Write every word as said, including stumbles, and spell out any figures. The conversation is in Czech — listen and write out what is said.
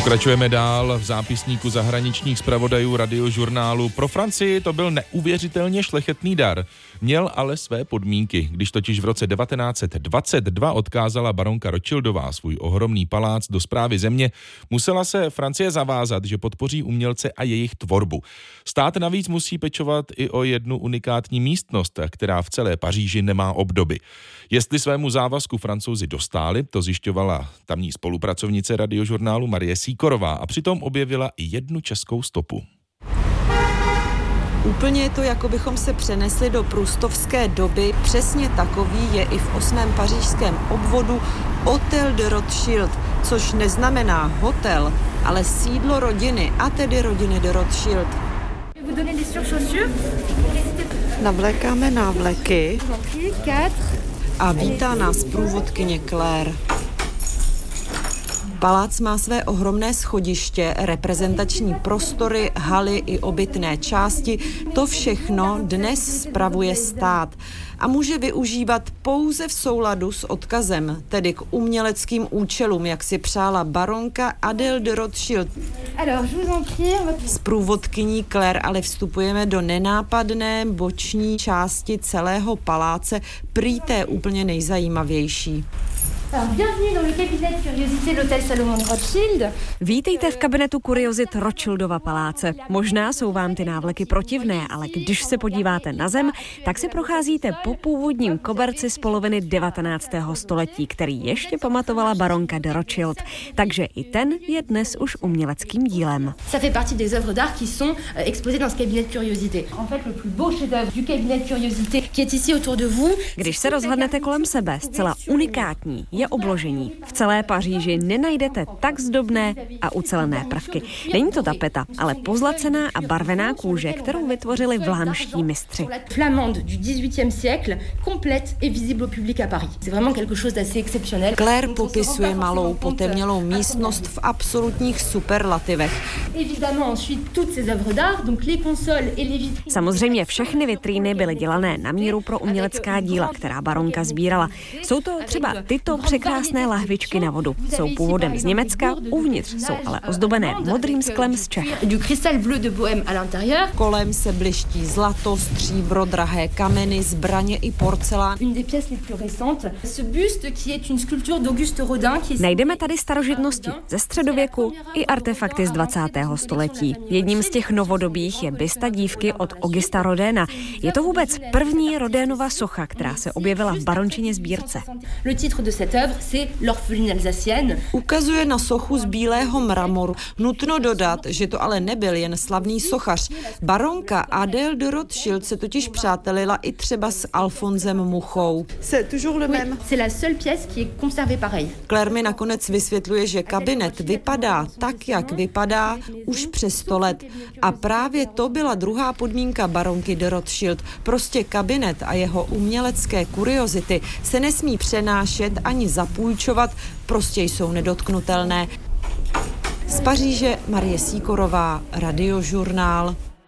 Pokračujeme dál v zápisníku zahraničních zpravodajů Radiožurnálu. Pro Francii to byl neuvěřitelně šlechetný dar. Měl ale své podmínky. Když totiž v roce devatenáct set dvacet dva odkázala baronka Rothschildová svůj ohromný palác do správy země, musela se Francie zavázat, že podpoří umělce a jejich tvorbu. Stát navíc musí pečovat i o jednu unikátní místnost, která v celé Paříži nemá obdoby. Jestli svému závazku Francouzi dostáli, to zjišťovala tamní spolupracovnice Radiožurnálu Marie Sýkorová a přitom objevila i jednu českou stopu. Úplně je to, jako bychom se přenesli do prustovské doby. Přesně takový je i v osmém pařížském obvodu Hôtel de Rothschild, což neznamená hotel, ale sídlo rodiny, a tedy rodiny de Rothschild. Navlékáme návleky a vítá nás průvodkyně Claire. Palác má své ohromné schodiště, reprezentační prostory, haly i obytné části. To všechno dnes spravuje stát a může využívat pouze v souladu s odkazem, tedy k uměleckým účelům, jak si přála baronka Adèle de Rothschild. S průvodkyní Claire ale vstupujeme do nenápadné boční části celého paláce, prý té úplně nejzajímavější. Vítejte v kabinetu kuriozit Rothschildova paláce. Možná jsou vám ty návleky protivné, ale když se podíváte na zem, tak si procházíte po původním koberci z poloviny devatenáctého století, který ještě pamatovala baronka de Rothschild. Takže i ten je dnes už uměleckým dílem. Ça fait partie des œuvres d'art qui sont exposées dans ce cabinet de curiosité. En fait, le plus beau chef-d'œuvre du cabinet de curiosité qui est ici autour de vous. Když se rozhlednete kolem sebe, zcela unikátní je obložení. V celé Paříži nenajdete tak zdobné a ucelené prvky. Není to tapeta, ale pozlacená a barvená kůže, kterou vytvořili vlámští mistři. Flamande du dix-huitième siècle, complète et visible au public à Paris. C'est vraiment quelque chose d'assez exceptionnel. Claire popisuje malou potemnělou místnost v absolutních superlativech. Évidemment ensuite toutes ces œuvres d'art, donc les consoles et les vitrines. Samozřejmě všechny vitríny byly dělané na míru pro umělecká díla, která baronka sbírala. Jsou to třeba tyto překrásné lahvičky na vodu. Jsou původem z Německa, uvnitř jsou ale ozdobené modrým sklem z Čech. Du cristal bleu de Bohème à l'intérieur. Kolem se bliští zlato, stříbro, drahé kameny, zbraně i porcelán. Une des pièces les plus récentes, ce buste qui est une sculpture d'Auguste Rodin qui est... Najdeme tady starožitnosti ze středověku i artefakty z dvacátého století. Jedním z těch novodobých je bysta dívky od Augusta Rodina. Je to vůbec první Rodinova socha, která se objevila v barončině sbírce. Le titre de cette œuvre, c'est l'orpheline alsacienne. Ukazuje na sochu z bílého mramoru. Nutno dodat, že to ale nebyl jen slavný sochař. Baronka Adèle de Rothschild se totiž přátelila i třeba s Alfonsem Muchou. C'est toujours le même. C'est la seule pièce qui est conservée pareil. Claire mi nakonec vysvětluje, že kabinet vypadá tak, jak vypadá, už přes sto let. A právě to byla druhá podmínka baronky de Rothschild. Prostě kabinet a jeho umělecké kuriozity se nesmí přenášet ani zapůjčovat, prostě jsou nedotknutelné. Z Paříže Marie Sýkorová, Radiožurnál.